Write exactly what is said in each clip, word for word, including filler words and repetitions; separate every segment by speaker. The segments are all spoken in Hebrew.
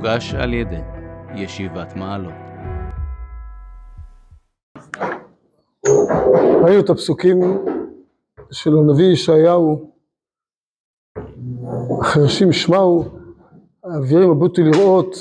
Speaker 1: מוגש על ידי ישיבת מעלות.
Speaker 2: ראינו את הפסוקים של הנביא ישעיהו, החרשים שמעו, האווירים הבוטו לראות,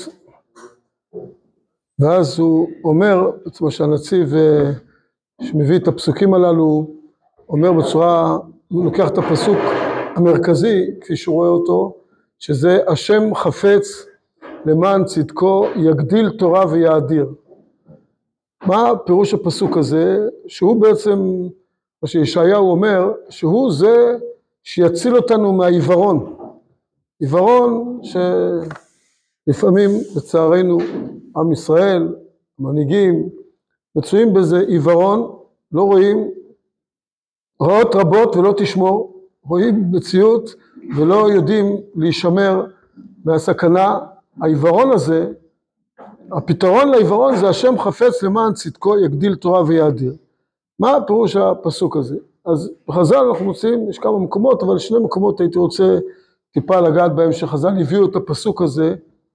Speaker 2: ואז הוא אומר, בעצם שהנציב שמביא את הפסוקים הללו, אומר בצורה, הוא לוקח את הפסוק המרכזי, כפי שהוא רואה אותו, שזה השם חפץ למען צדקו יגדיל תורה ויאדיר. מה פירוש הפסוק הזה? שהוא בעצם, מה שישעיהו אומר, שהוא זה שיציל אותנו מהעיוורון. עיוורון שלפעמים לצערנו עם ישראל, מנהיגים, מצויים בזה עיוורון, לא רואים רעות רבות ולא תשמור, רואים מציאות ולא יודעים להישמר מהסכנה. העיוורון הזה, הפתרון לעיוורון זה השם חפץ למען צדקו יגדיל תורה ויאדיר. מה הפירוש הפסוק הזה? אז בחז"ל אנחנו מוצאים, יש כמה מקומות, אבל שני מקומות הייתי רוצה טיפה לגעת בהם, שחז"ל הביאו את הפסוק הזה,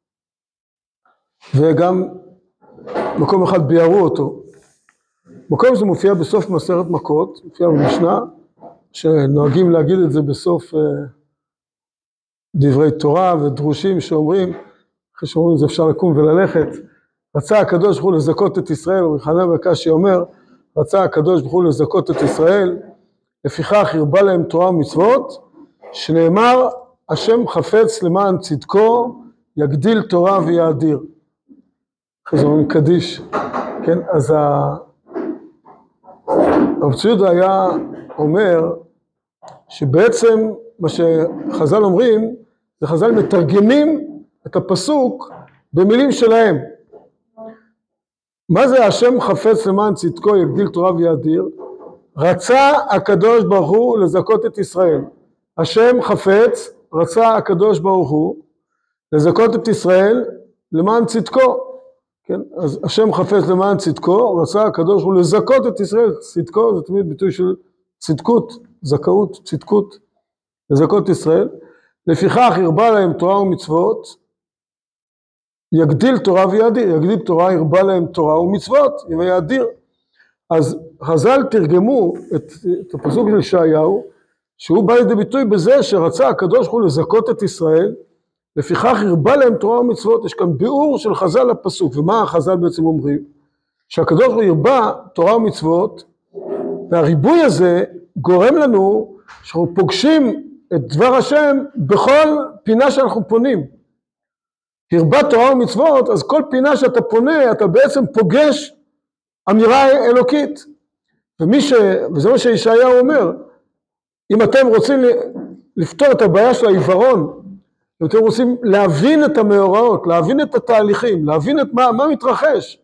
Speaker 2: וגם מקום אחד ביארו אותו. מקום זה מופיע בסוף מסכת מכות, מופיע במשנה, שנוהגים להגיד את זה בסוף דברי תורה ודרושים שאומרים, אחרי שאומרים את זה אפשר לקום וללכת, רצה הקדוש ברוך הוא לזכות את ישראל, ובחנה בקשי אומר, רצה הקדוש ברוך הוא לזכות את ישראל, לפיכך הרבה להם תורה ומצוות, שנאמר, השם חפץ למען צדקו, יגדיל תורה ויאדיר. אחרי זה אומרים קדיש, כן, אז הרב צבי יהודה היה אומר, שבעצם מה שחז"ל אומרים, זה חז"ל מתרגמים את הפסוק במילים שלהם. מה זה השם חפץ למען צדקו יגדיל תורה ויאדיר? רצה הקדוש ברוך הוא לזכות את ישראל. השם חפץ, רצה הקדוש ברוך הוא לזכות את ישראל למען צדקו. כן? אז השם חפץ למען צדקו, רצה הקדוש ברוך הוא לזכות את ישראל. צדקו זה תמיד ביטוי של צדקות, זכאות, צדקות, לזכות ישראל. לפיכך הרבה להם תורה ומצוות, יגדיל תורה ויאדיר. יגדיל תורה, הרבה להם תורה ומצוות, ויאדיר. אז חז"ל תרגמו את, את הפסוק של ישעיהו, שהוא בא לידי ביטוי בזה שרצה הקדוש ברוך הוא לזכות את ישראל, לפיכך הרבה להם תורה ומצוות. יש כאן ביאור של חז"ל לפסוק, ומה החז"ל בעצם אומרים? שהקדוש ברוך הוא הרבה תורה ומצוות, והריבוי הזה גורם לנו שאנחנו פוגשים את דבר השם בכל פינה שאנחנו פונים. הרבה תורה ומצוות, אז כל פינה שאתה פונה, אתה בעצם פוגש אמירה אלוקית. ומי ש... וזה מה שישעיהו אומר, אם אתם רוצים לפתור את הבעיה של העיוורון, אם אתם רוצים להבין את המאורעות, להבין את התהליכים, להבין את מה, מה מתרחש,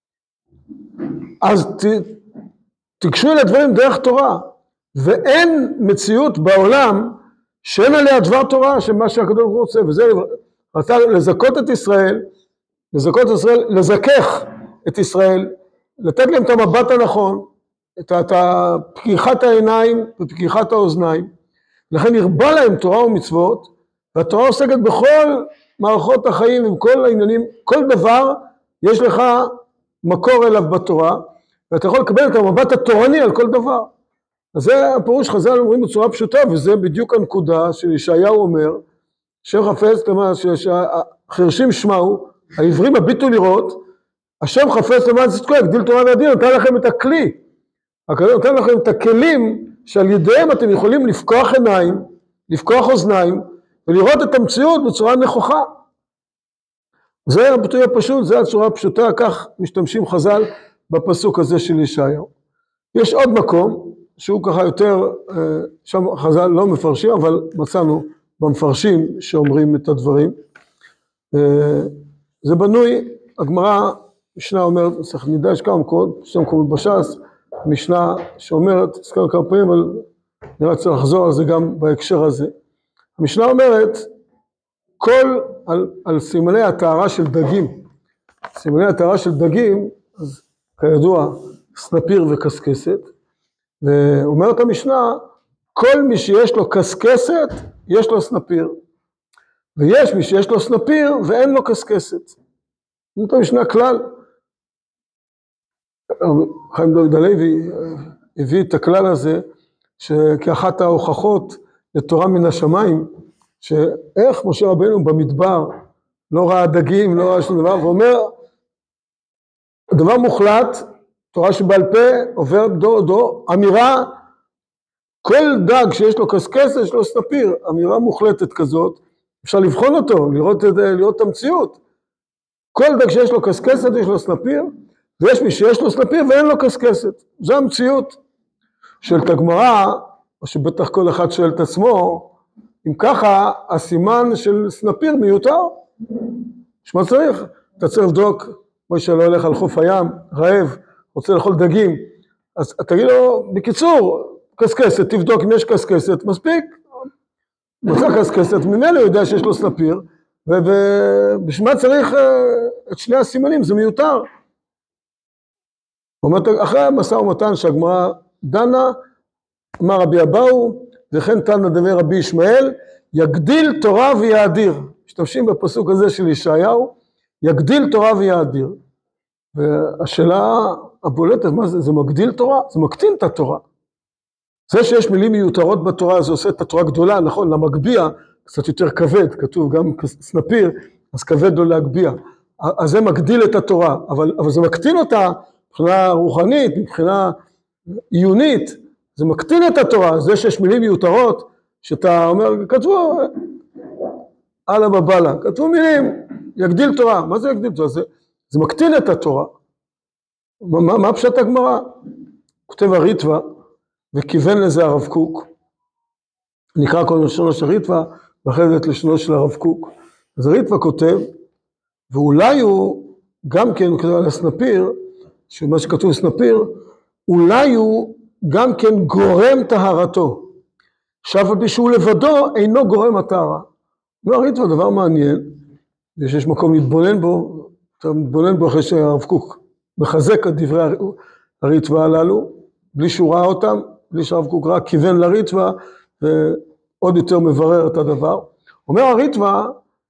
Speaker 2: אז ת... תקשו אל הדברים דרך תורה, ואין מציאות בעולם שאין עליה דבר תורה, שמה שהקדוש ברוך הוא רוצה, וזה רצה לזכות את ישראל, לזכות את ישראל, לזכך את ישראל, לתת להם את המבט הנכון, את, את פקיחת העיניים ופקיחת האוזניים, לכן הרבה להם תורה ומצוות, והתורה עוסקת בכל מערכות החיים, עם כל העניינים, כל דבר יש לך מקור אליו בתורה, ואתה יכול לקבל את המבט התורני על כל דבר. אז זה הפירוש חז"ל אומרים בצורה פשוטה, וזה בדיוק הנקודה של ישעיהו אומר, השם חפץ למען, שהחרשים שמעו, העברים הביטו לראות, השם חפץ למען צדקו יגדיל תורה ויאדיר, נתן לכם את הכלי, נתן לכם את הכלים, שעל ידיהם אתם יכולים לפקוח עיניים, לפקוח אוזניים, ולראות את המציאות בצורה נכוחה. זה הביטוי הפשוט, זה הצורה הפשוטה, כך משתמשים חז"ל בפסוק הזה של ישעיהו. יש עוד מקום, שהוא ככה יותר, שם חז"ל לא מפרשים, אבל מצאנו במפרשים שאומרים את הדברים. זה בנוי, הגמרא, משנה אומרת, צריך נדע, יש כמה מקומות, שתי מקומות בש"ס, משנה שאומרת, הזכרנו כמה פעמים, אבל נראה צריך לחזור על זה גם בהקשר הזה. המשנה אומרת, כל על, על סימני הטהרה של דגים, סימני הטהרה של דגים, אז כידוע, סנפיר וקסקסת, ואומרת המשנה, כל מי שיש לו קסקסת, יש לו סנפיר. ויש מי שיש לו סנפיר ואין לו קסקסת. זאת המשנה כלל. חיים דוד הלוי הביא את הכלל הזה, שכאחת ההוכחות לתורה מן השמיים, שאיך משה רבנו במדבר לא ראה דגים, לא ראה שום דבר, ואומר, הדבר מוחלט, תורה שבעל פה עובר דור דור, אמירה, כל דג שיש לו קסקסת, יש לו סנפיר, אמירה מוחלטת כזאת, אפשר לבחון אותו, לראות, לראות את המציאות. כל דג שיש לו קסקסת, יש לו סנפיר, ויש מי שיש לו סנפיר ואין לו קסקסת. זו המציאות של הגמרא, או שבטח כל אחד שואל את עצמו, אם ככה, הסימן של סנפיר מיותר. שמה צריך? אתה צריך לבדוק, כמו שלא הולך על חוף הים, רעב, רוצה לאכול דגים, אז תגיד לו, בקיצור, קסקסת, תבדוק אם יש קסקסת, מספיק. מצא קסקסת, ממנו יודע שיש לו סנפיר, ובשביל מה צריך את שני הסימנים, זה מיותר. אחרי המשא ומתן שהגמרא דנה, אמר רבי אבאו, וכן תנא דבר רבי ישמעאל, יגדיל תורה ויאדיר. משתמשים בפסוק הזה של ישעיהו, יגדיל תורה ויאדיר. והשאלה הבולטת, מה זה? זה מגדיל תורה? זה מקטין את התורה. זה שיש מילים מיותרות בתורה, זה עושה את התורה גדולה, נכון? למגביה, קצת יותר כבד, כתוב גם סנפיר, אז כבד לו להגביה. אז זה מגדיל את התורה, אבל, אבל זה מקטין אותה מבחינה רוחנית, מבחינה עיונית, זה מקטין את התורה. זה שיש מילים מיותרות, שאתה אומר, כתבו, אללה בבאללה, כתבו מילים, יגדיל תורה. מה זה יגדיל תורה? זה, זה מקטין את התורה. מה, מה פשט הגמרא? כותב הריטב"א, וכיוון לזה הרב קוק, נקרא קודם לשונו של הריטב"א, ואחרי זה את לשונו של הרב קוק. אז הריטב"א כותב, ואולי הוא, גם כן הוא כותב על הסנפיר, שמה שכתוב סנפיר, אולי הוא גם כן גורם טהרתו, שאף על פי שהוא לבדו אינו גורם הטהרה. לא, הריטב"א דבר מעניין, ויש מקום להתבונן בו, אתה מתבונן בו אחרי שהרב קוק מחזק את דברי הריטב"א הללו, בלי שהוא ראה אותם, בלי שהרב קוק ראה, כיוון לריטב"א, ועוד יותר מברר את הדבר. אומר הריטב"א,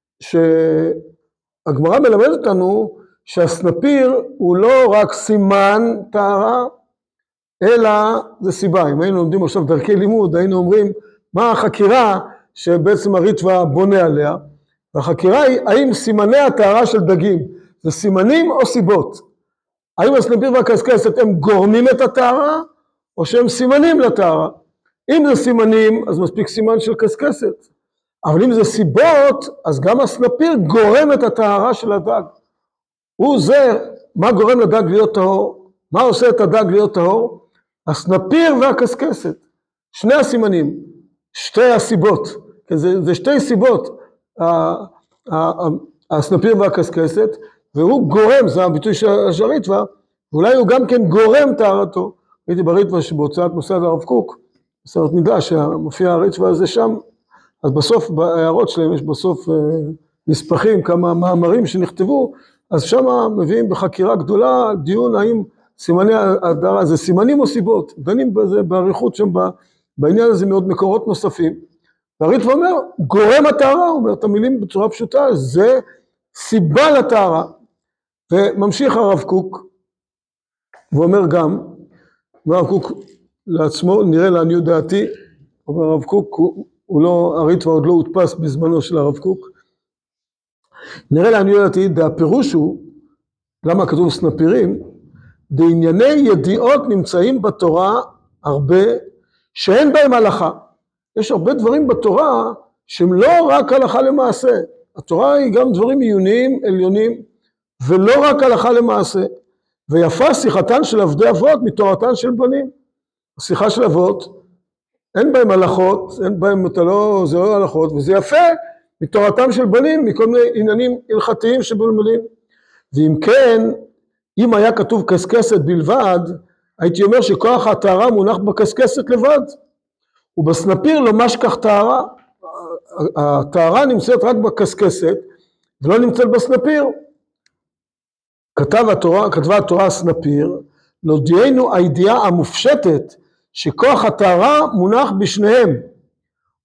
Speaker 2: שהגמרא מלמד אותנו, שהסנפיר הוא לא רק סימן טהרה, אלא זה סיבה. אם היינו לומדים עכשיו דרכי לימוד, היינו אומרים, מה החקירה שבעצם הריטב"א בונה עליה? והחקירה היא, האם סימני הטהרה של דגים, זה סימנים או סיבות? האם הסנפיר והקסקסת הם גורמים את הטהרה, או שהם סימנים לטהרה? אם זה סימנים, אז מספיק סימן של קסקסת. אבל אם זה סיבות, אז גם הסנפיר גורם את הטהרה של הדג. הוא זה, מה גורם לדג להיות טהור? מה עושה את הדג להיות טהור? הסנפיר והקסקסת. שני הסימנים, שתי הסיבות. זה, זה שתי סיבות, הסנפיר והקסקסת, והוא גורם, זה הביטוי של הריטב"א, ואולי הוא גם כן גורם טהרתו. הייתי בריטב"א שבהוצאת מוסד הרב קוק, בסרט מדרש, שמופיע הריטב"א הזה שם, אז בסוף, בהערות שלהם יש בסוף נספחים, כמה מאמרים שנכתבו, אז שם מביאים בחקירה גדולה דיון האם סימני הדרה זה סימנים או סיבות, דנים בזה בעריכות שם בעניין הזה מאוד מקורות נוספים, והריטב"א אומר, גורם הטהרה, הוא אומר את המילים בצורה פשוטה, זה סיבה לטהרה, וממשיך הרב קוק, ואומר גם, הרב קוק לעצמו, נראה לעניות דעתי, אומר הרב קוק, הוא, הוא לא, הריטב"א עוד לא הודפס בזמנו של הרב קוק, נראה לעניות דעתי, הפירוש הוא, למה כתוב סנפירים, בענייני ידיעות נמצאים בתורה הרבה, שאין בהם הלכה. יש הרבה דברים בתורה, שהם לא רק הלכה למעשה, התורה היא גם דברים עיוניים, עליונים, ולא רק הלכה למעשה, ויפה שיחתן של עבדי אבות מתורתן של בנים. השיחה של אבות, אין בהם הלכות, אין בהם, אתה לא, זה לא הלכות, וזה יפה מתורתם של בנים, מכל מיני עניינים הלכתיים שבלמדים. ואם כן, אם היה כתוב קסקסת בלבד, הייתי אומר שכוח הטהרה מונח בקסקסת לבד, ובסנפיר לא משכח טהרה, הטהרה נמצאת רק בקסקסת, ולא נמצאת בסנפיר. כתב התורה, כתבה התורה הסנפיר, להודיענו הידיעה המופשטת, שכוח הטהרה מונח בשניהם,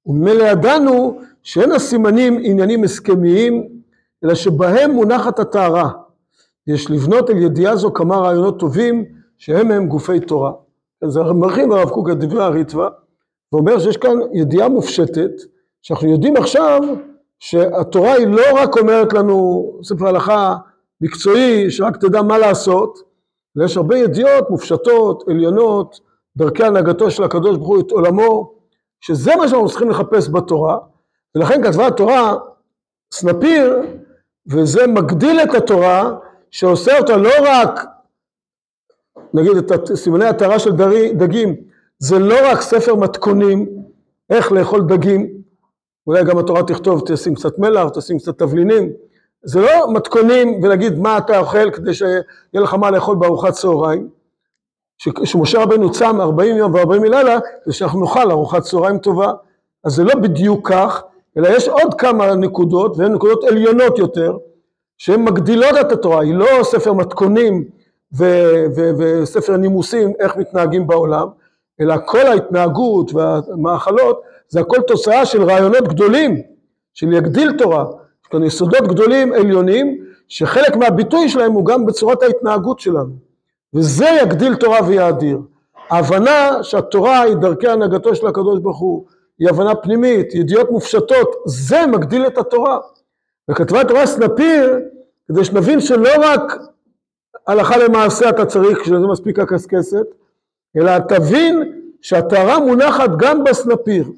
Speaker 2: וממילא ידענו שאין הסימנים עניינים הסכמיים, אלא שבהם מונחת הטהרה. יש לבנות על ידיעה זו כמה רעיונות טובים, שהם הם גופי תורה. אז מרחיב הרב קוק את דברי הריטב"א, ואומר שיש כאן ידיעה מופשטת, שאנחנו יודעים עכשיו שהתורה היא לא רק אומרת לנו ספר הלכה מקצועי, שרק תדע מה לעשות, אלא יש הרבה ידיעות מופשטות, עליונות, דרכי הנהגתו של הקדוש ברוך הוא את עולמו, שזה מה שאנחנו צריכים לחפש בתורה, ולכן כתבה התורה סנפיר, וזה מגדיל את התורה, שעושה אותה לא רק, נגיד את סימני הטהרה של דגים, זה לא רק ספר מתכונים, איך לאכול דגים, אולי גם התורה תכתוב, תשים קצת מלח, תשים קצת תבלינים, זה לא מתכונים ולהגיד מה אתה אוכל, כדי שיהיה לך מה לאכול בארוחת צהריים, שמשה רבנו צם ארבעים יום ו-ארבעים לילה, זה שאנחנו נאכל ארוחת צהריים טובה, אז זה לא בדיוק כך, אלא יש עוד כמה נקודות, והן נקודות עליונות יותר, שהן מגדילות את התורה, היא לא ספר מתכונים ו- ו- וספר נימוסים, איך מתנהגים בעולם, אלא כל ההתנהגות והמאכלות, זה הכל תוצאה של רעיונות גדולים, של יגדיל תורה, יש כאן יסודות גדולים עליונים, שחלק מהביטוי שלהם הוא גם בצורת ההתנהגות שלנו, וזה יגדיל תורה ויאדיר. ההבנה שהתורה היא דרכי הנהגתו של הקדוש ברוך הוא, היא הבנה פנימית, ידיעות מופשטות, זה מגדיל את התורה. וכתבה התורה סנפיר, כדי שנבין שלא רק הלכה למעשה אתה צריך, כשזה מספיק הקסקסת, אלא תבין שהטהרה מונחת גם בסנפיר.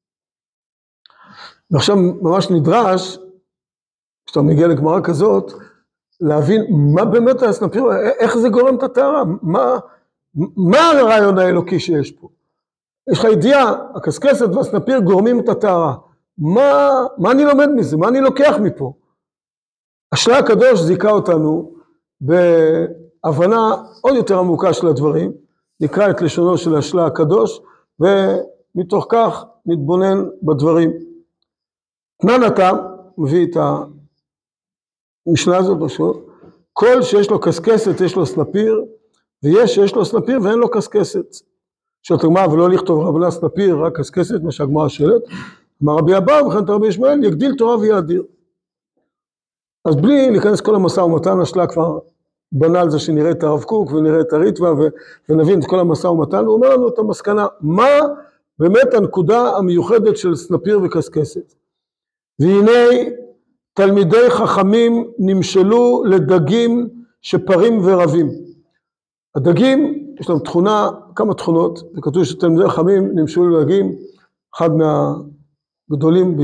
Speaker 2: ועכשיו ממש נדרש, כשאתה מגיע לגמרא כזאת, להבין מה באמת הסנפיר, איך זה גורם את הטהרה, מה, מה הרעיון האלוקי שיש פה. יש לך ידיעה, הקסקסת והסנפיר גורמים את הטהרה. מה, מה אני לומד מזה? מה אני לוקח מפה? השלה הקדוש זיקה אותנו בהבנה עוד יותר עמוקה של הדברים, נקרא את לשונו של השלה הקדוש, ומתוך כך נתבונן בדברים. תנן התם, מביא את המשנה הזאת בשביל, כל שיש לו קסקסת יש לו סנפיר, ויש שיש לו סנפיר ואין לו קסקסת. שואלת הגמרא, ולא לכתוב רבנה סנפיר, רק קסקסת, מה שהגמרא שואלת, אמר רבי אבאו וכן רבי ישמעאל, יגדיל תורה ויאדיר. אז בלי להיכנס כל המשא ומתן, השלה כבר בנה על זה שנראה את הרב קוק ונראה את הריטב"א ונבין את כל המשא ומתן, הוא אומר לנו את המסקנה, מה באמת הנקודה המיוחדת של סנפיר וקסקסת. והנה תלמידי חכמים נמשלו לדגים שפרים ורבים. הדגים, יש להם תכונה, כמה תכונות, זה כתוב שתלמידי חכמים נמשלו לדגים, אחד מהגדולים ב...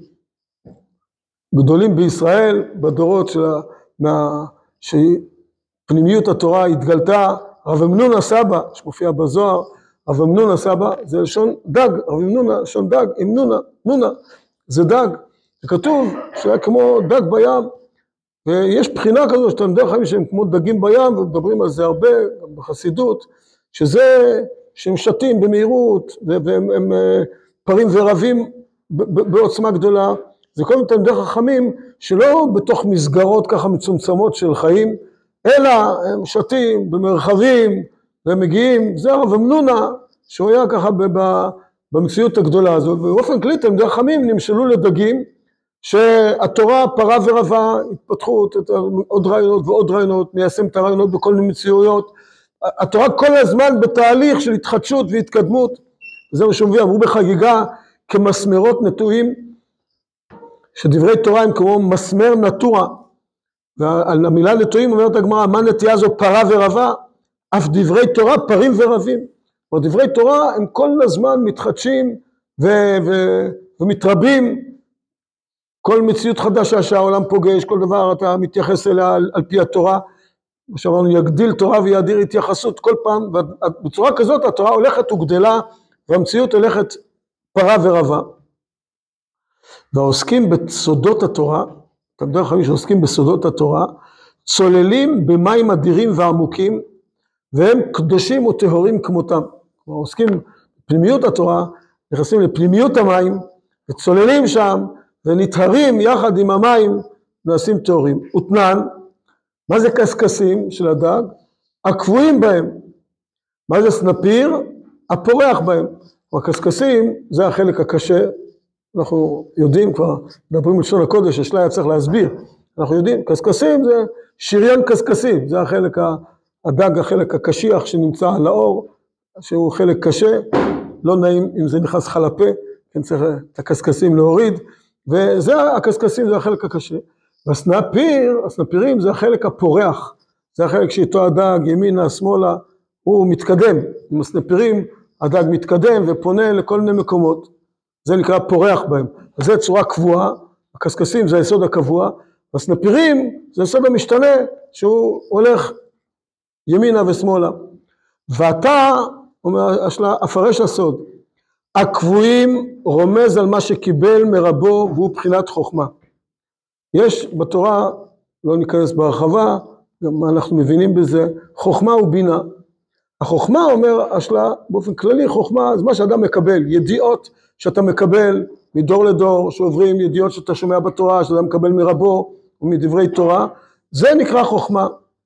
Speaker 2: גדולים בישראל, בדורות של מה... שפנימיות התורה התגלתה, רב אמנון הסבא, שמופיע בזוהר, רב אמנון הסבא, זה לשון דג, רב אמנון, לשון דג, אמנונה, נונה, זה דג. זה כתוב שהיה כמו דג בים, ויש בחינה כזו שתלמידי חכמים שהם כמו דגים בים, ומדברים על זה הרבה, גם בחסידות, שזה שהם שתים במהירות, והם הם, פרים ורבים בעוצמה גדולה, זה כל מיני תלמידי חכמים שלא בתוך מסגרות ככה מצומצמות של חיים, אלא הם שתים במרחבים, והם מגיעים, זה הרב אמנונה, שהוא היה ככה במציאות הגדולה הזאת, ובאופן כללי תלמידי חכמים נמשלו לדגים, שהתורה פרה ורבה, התפתחות, עוד רעיונות ועוד רעיונות, מיישם את הרעיונות בכל מיני מציאויות, התורה כל הזמן בתהליך של התחדשות והתקדמות, וזה מה שאומרים, אמרו בחגיגה כמסמרות נטועים, שדברי תורה הם כמו מסמר נטוע, ועל המילה נטועים אומרת הגמרא, מה נטייה זו פרה ורבה, אף דברי תורה פרים ורבים, ודברי תורה הם כל הזמן מתחדשים ו- ו- ומתרבים, כל מציאות חדשה שהעולם פוגש, כל דבר אתה מתייחס אליה על, על פי התורה, מה שאמרנו יגדיל תורה ויאדיר התייחסות כל פעם, ובצורה כזאת התורה הולכת וגדלה, והמציאות הולכת פרה ורבה. והעוסקים בסודות התורה, תלמידי חכמים שעוסקים בסודות התורה, צוללים במים אדירים ועמוקים, והם קדושים וטהורים כמותם. העוסקים בפנימיות התורה, נכנסים לפנימיות המים, וצוללים שם, ונטהרים יחד עם המים, נעשים טהורים. ותנן, מה זה קסקסים של הדג? הקבועים בהם. מה זה סנפיר? הפורח בהם. הקסקסים זה החלק הקשה, אנחנו יודעים כבר, מדברים על לשון הקודש, השלה היה צריך להסביר, אנחנו יודעים, קסקסים זה שריון קסקסים, זה החלק, הדג, החלק הקשיח שנמצא על האור, שהוא חלק קשה, לא נעים אם זה נכנס לך לפה, כן צריך את הקסקסים להוריד, וזה הקסקסים זה החלק הקשה. והסנפיר, הסנפירים זה החלק הפורח, זה החלק שאיתו הדג ימינה, שמאלה, הוא מתקדם, עם הסנפירים הדג מתקדם ופונה לכל מיני מקומות, זה נקרא פורח בהם, אז זה צורה קבועה, הקסקסים זה היסוד הקבוע, והסנפירים זה היסוד המשתנה שהוא הולך ימינה ושמאלה, ואתה, אומר השלה, הפרש הסוד, הקבועים רומז על מה שקיבל מרבו והוא בחינת חוכמה. יש בתורה, לא ניכנס בהרחבה, גם אנחנו מבינים בזה, חוכמה ובינה. החוכמה אומר השלה, באופן כללי חוכמה זה מה שאדם מקבל, ידיעות שאתה מקבל מדור לדור, שעוברים ידיעות שאתה שומע בתורה, שאתה מקבל מרבו ומדברי תורה, זה נקרא חוכמה.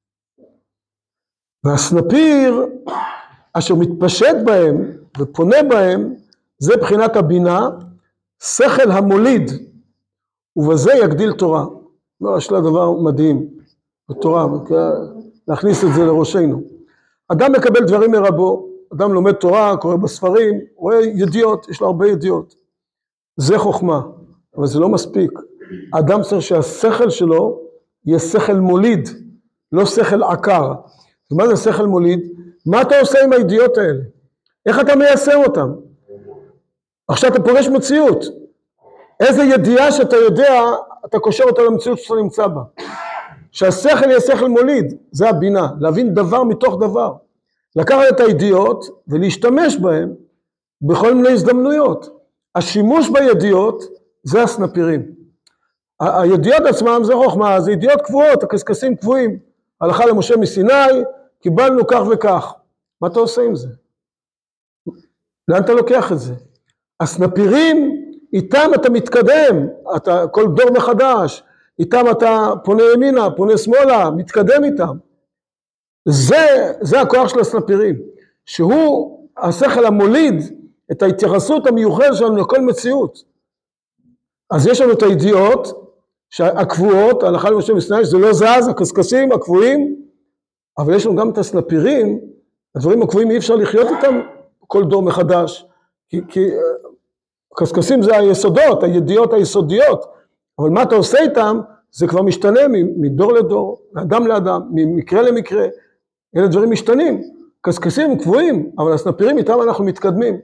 Speaker 2: והסנפיר, אשר מתפשט בהם ופונה בהם, זה בחינת הבינה, שכל המוליד, ובזה יגדיל תורה. לא, יש לה דבר מדהים בתורה, להכניס את זה לראשנו. אדם מקבל דברים מרבו, אדם לומד תורה, קורא בספרים, רואה ידיעות, יש לו הרבה ידיעות. זה חוכמה, אבל זה לא מספיק. האדם צריך שהשכל שלו יהיה שכל מוליד, לא שכל עקר. ומה זה שכל מוליד? מה אתה עושה עם הידיעות האלה? איך אתה מיישם אותם? עכשיו אתה פורש מציאות. איזה ידיעה שאתה יודע, אתה קושר אותה למציאות שאתה נמצא בה. שהשכל יהיה שכל מוליד, זה הבינה, להבין דבר מתוך דבר. לקחת את הידיעות ולהשתמש בהן בכל מיני הזדמנויות. השימוש בידיעות זה הסנפירים. הידיעות עצמם זה חוכמה, זה ידיעות קבועות, הקסקסים קבועים. הלכה למשה מסיני, קיבלנו כך וכך. מה אתה עושה עם זה? לאן אתה לוקח את זה? הסנפירים, איתם אתה מתקדם, אתה כל דור מחדש, איתם אתה פונה ימינה, פונה שמאלה, מתקדם איתם. זה, זה הכוח של הסנפירים, שהוא השכל המוליד את ההתייחסות המיוחדת שלנו לכל מציאות. אז יש לנו את הידיעות הקבועות, ההלכה למשה מסיני, זה לא זז, הקסקסים הקבועים, אבל יש לנו גם את הסנפירים, הדברים הקבועים אי אפשר לחיות איתם כל דור מחדש, כי, כי הקסקסים זה היסודות, הידיעות היסודיות, אבל מה אתה עושה איתם, זה כבר משתנה מדור לדור, מאדם לאדם, ממקרה למקרה, אלה דברים משתנים, קסקסים הם קבועים, אבל הסנפירים איתם אנחנו מתקדמים.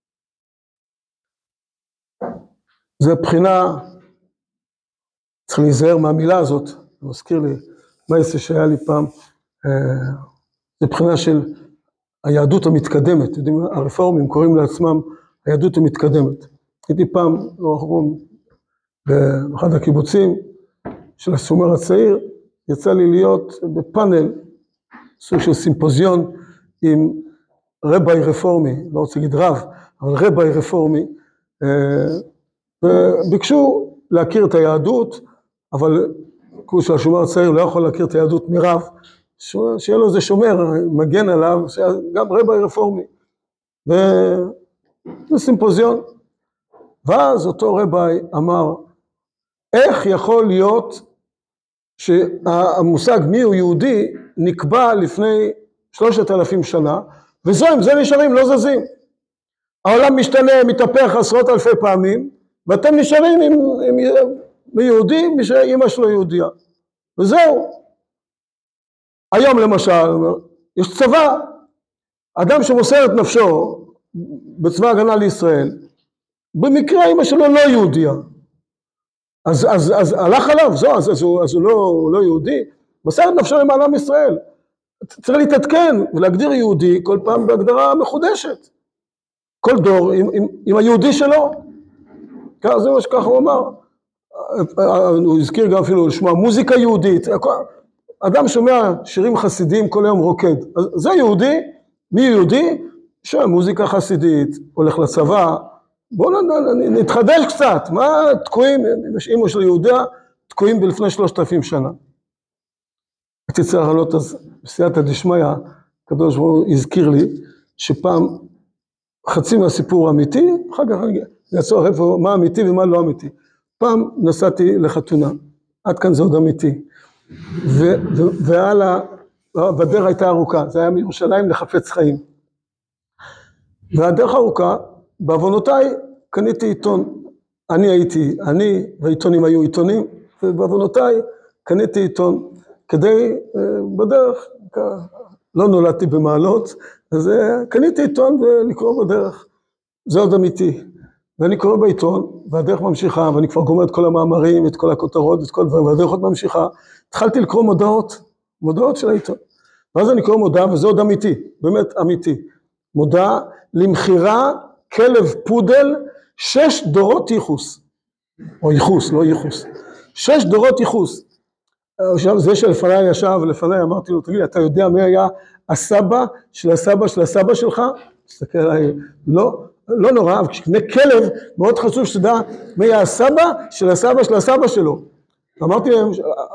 Speaker 2: זה בחינה, צריך להיזהר מהמילה הזאת, זה מזכיר לי, מה יעשה שהיה לי פעם, זה בחינה של היהדות המתקדמת, יודעים, הרפורמים קוראים לעצמם היהדות המתקדמת. הייתי פעם, לא רחוק, באחד הקיבוצים של השומר הצעיר, יצא לי להיות בפאנל, סוג של סימפוזיון עם רבי רפורמי, לא רוצה להגיד רב, אבל רבי רפורמי, וביקשו להכיר את היהדות, אבל כמו שהשומר הצעיר לא יכול להכיר את היהדות מרב, שיהיה לו איזה שומר, מגן עליו, גם רבי רפורמי, וזה סימפוזיון. ואז אותו רבי אמר, איך יכול להיות שהמושג מי הוא יהודי נקבע לפני שלושת אלפים שנה, וזו עם זה נשארים, לא זזים. העולם משתנה, מתהפך עשרות אלפי פעמים, ואתם נשארים עם, עם, עם יהודי, מי שאמא שלו יהודיה. וזהו. היום למשל, יש צבא, אדם שמוסר את נפשו בצבא הגנה לישראל, במקרה אמא שלו לא יהודיה. אז, אז, אז הלך עליו, זו, אז, אז, הוא, אז הוא, לא, הוא לא יהודי, מוסר את נפשו למען עם ישראל. צריך להתעדכן ולהגדיר יהודי כל פעם בהגדרה מחודשת. כל דור עם, עם, עם היהודי שלו. זה מה שככה הוא אמר. הוא הזכיר גם אפילו לשמוע מוזיקה יהודית. אדם שומע שירים חסידים כל היום רוקד. אז זה יהודי, מי יהודי? שומע מוזיקה חסידית, הולך לצבא. בואו נתחדש קצת. מה תקועים, אמא של יהודה, תקועים בלפני שלושת אלפים שנה. הייתי צריך לעלות אז בסייעתא דשמיא, הקדוש ברוך הוא הזכיר לי, שפעם חצי מהסיפור האמיתי, אחר כך יצור איפה, מה אמיתי ומה לא אמיתי. פעם נסעתי לחתונה, עד כאן זה עוד אמיתי, והלאה, והדרך הייתה ארוכה, זה היה מירושלים לחפץ חיים. והדרך ארוכה, בעוונותיי קניתי עיתון, אני הייתי, אני והעיתונים היו עיתונים, ובעוונותיי קניתי עיתון, כדי, בדרך, לא נולדתי במעלות, אז קניתי עיתון ולקרוא בדרך, זה עוד אמיתי. ואני קורא בעיתון, והדרך ממשיכה, ואני כבר גומר את כל המאמרים, את כל הכותרות, את כל הדברים, והדרך עוד ממשיכה. התחלתי לקרוא מודעות, מודעות של העיתון. ואז אני קורא מודעה, וזה עוד אמיתי, באמת אמיתי. מודעה למחירה כלב פודל, שש דורות ייחוס. או ייחוס, לא ייחוס. שש דורות ייחוס. עכשיו, זה שלפניי ישב, ולפניי אמרתי לו, תגיד, אתה יודע מי היה הסבא של הסבא של הסבא שלך? תסתכל עליי, לא. לא נורא, אבל כשקנה כלב, מאוד חשוב שתדע מי היה הסבא של הסבא של הסבא שלו. אמרתי להם,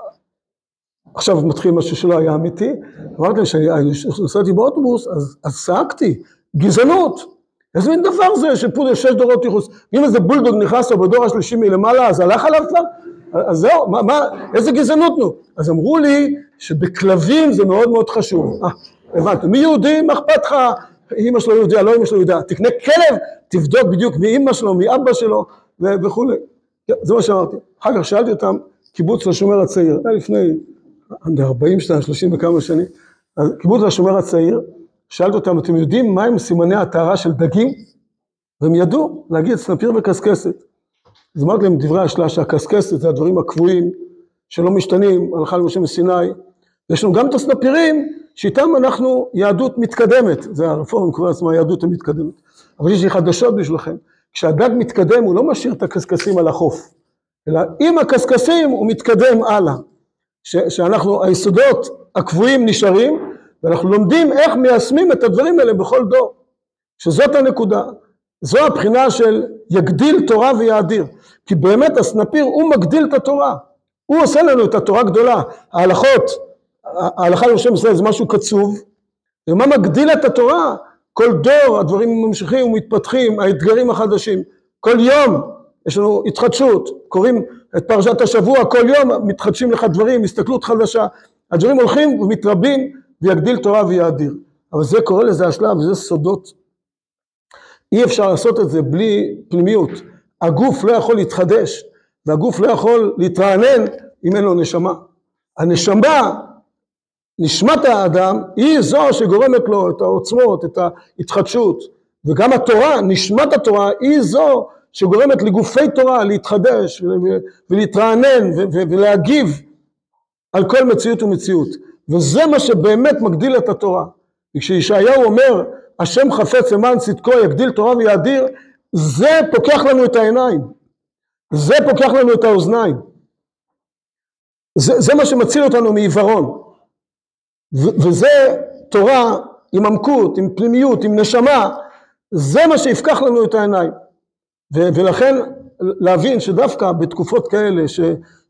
Speaker 2: עכשיו מתחיל משהו שלא היה אמיתי, אמרתי להם שאני נסעתי באוטובוס, אז, אז צעקתי, גזענות. איזה מין דבר זה שפודל שש דורות ייחוס, אם איזה בולדוג נכנס לו בדור השלישי מלמעלה, אז הלך עליו כבר? אז זהו, מה, מה, איזה גזענות נו? אז אמרו לי שבכלבים זה מאוד מאוד חשוב. אה, הבנתי, מי יהודי, מה אכפת לך? אמא שלו יהודיה, לא אמא שלו יהודיה, תקנה כלב, תבדוק בדיוק מאמא שלו, מאבא שלו וכו'. זה מה שאמרתי. אחר כך שאלתי אותם, קיבוץ לשומר הצעיר, היה לפני ארבעים שנה, שלושים וכמה שנים, קיבוץ לשומר הצעיר, שאלתי אותם, אתם יודעים מהם סימני הטהרה של דגים? והם ידעו להגיד סנפיר וקסקסת. אז אמרתי להם דברי השלה שהקסקסת זה הדברים הקבועים, שלא משתנים, הלכה למשה מסיני, יש לנו גם את הסנפירים, שאיתם אנחנו יהדות מתקדמת, זה הרפורם קורא לעצמה היהדות המתקדמת, אבל יש לי חדשות בשבילכם, כשהדג מתקדם הוא לא משאיר את הקסקסים על החוף, אלא עם הקסקסים הוא מתקדם הלאה, ש- שאנחנו, היסודות הקבועים נשארים, ואנחנו לומדים איך מיישמים את הדברים האלה בכל דור, שזאת הנקודה, זו הבחינה של יגדיל תורה ויאדיר, כי באמת הסנפיר הוא מגדיל את התורה, הוא עושה לנו את התורה גדולה, ההלכות, ההלכה למשה ישראל זה משהו קצוב, ומה מגדיל את התורה? כל דור הדברים ממשיכים ומתפתחים, האתגרים החדשים, כל יום יש לנו התחדשות, קוראים את פרשת השבוע, כל יום מתחדשים לך דברים, הסתכלות חדשה, הדברים הולכים ומתרבים ויגדיל תורה ויאדיר, אבל זה קורא לזה השלב, וזה סודות, אי אפשר לעשות את זה בלי פנימיות, הגוף לא יכול להתחדש, והגוף לא יכול להתרענן אם אין לו נשמה, הנשמה, נשמת האדם היא זו שגורמת לו את העוצמות, את ההתחדשות, וגם התורה, נשמת התורה היא זו שגורמת לגופי תורה להתחדש ולהתרענן ולהגיב על כל מציאות ומציאות, וזה מה שבאמת מגדיל את התורה. וכשישעיהו אומר השם חפץ למען צדקו יגדיל תורה ויאדיר, זה פוקח לנו את העיניים, זה פוקח לנו את האוזניים, זה, זה מה שמציל אותנו מעיוורון, וזה תורה עם עמקות, עם פנימיות, עם נשמה, זה מה שיפקח לנו את העיניים. ולכן להבין שדווקא בתקופות כאלה ש,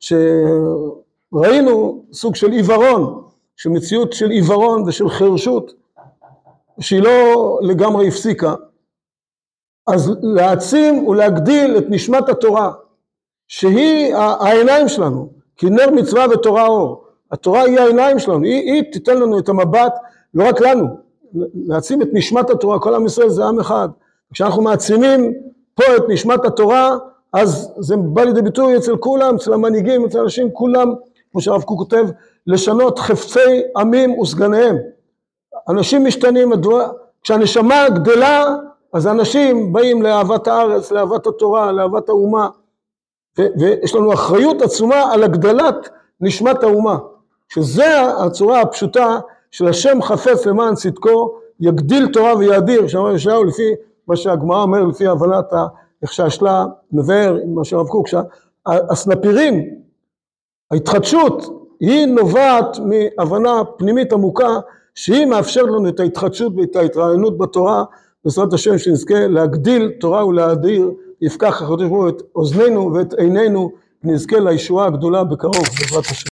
Speaker 2: שראינו סוג של עיוורון, של מציאות של עיוורון ושל חרשות, שהיא לא לגמרי הפסיקה, אז להעצים ולהגדיל את נשמת התורה, שהיא העיניים שלנו, כי נר מצווה ותורה אור. התורה היא העיניים שלנו, היא, היא תיתן לנו את המבט, לא רק לנו, להעצים את נשמת התורה, כל עם ישראל זה עם אחד. כשאנחנו מעצימים פה את נשמת התורה, אז זה בא לידי ביטוי אצל כולם, אצל המנהיגים, אצל אנשים, כולם, כמו שהרב קוק כותב, לשנות חפצי עמים וסגניהם. אנשים משתנים, כשהנשמה גדלה, אז אנשים באים לאהבת הארץ, לאהבת התורה, לאהבת האומה, ו- ויש לנו אחריות עצומה על הגדלת נשמת האומה. שזה הצורה הפשוטה של השם חפץ למען צדקו, יגדיל תורה ויאדיר, שאמר ישעיהו לפי מה שהגמרא אומר, לפי הבנת איך שהשלה מבאר, מה שהרב קוק, שהסנפירים, ההתחדשות, היא נובעת מהבנה פנימית עמוקה, שהיא מאפשרת לנו את ההתחדשות ואת ההתרעננות בתורה, בעזרת השם שנזכה להגדיל תורה ולהאדיר, יפקח הקדוש ברוך הוא את אוזנינו ואת עינינו, ונזכה לישועה הגדולה בקרוב בעזרת השם.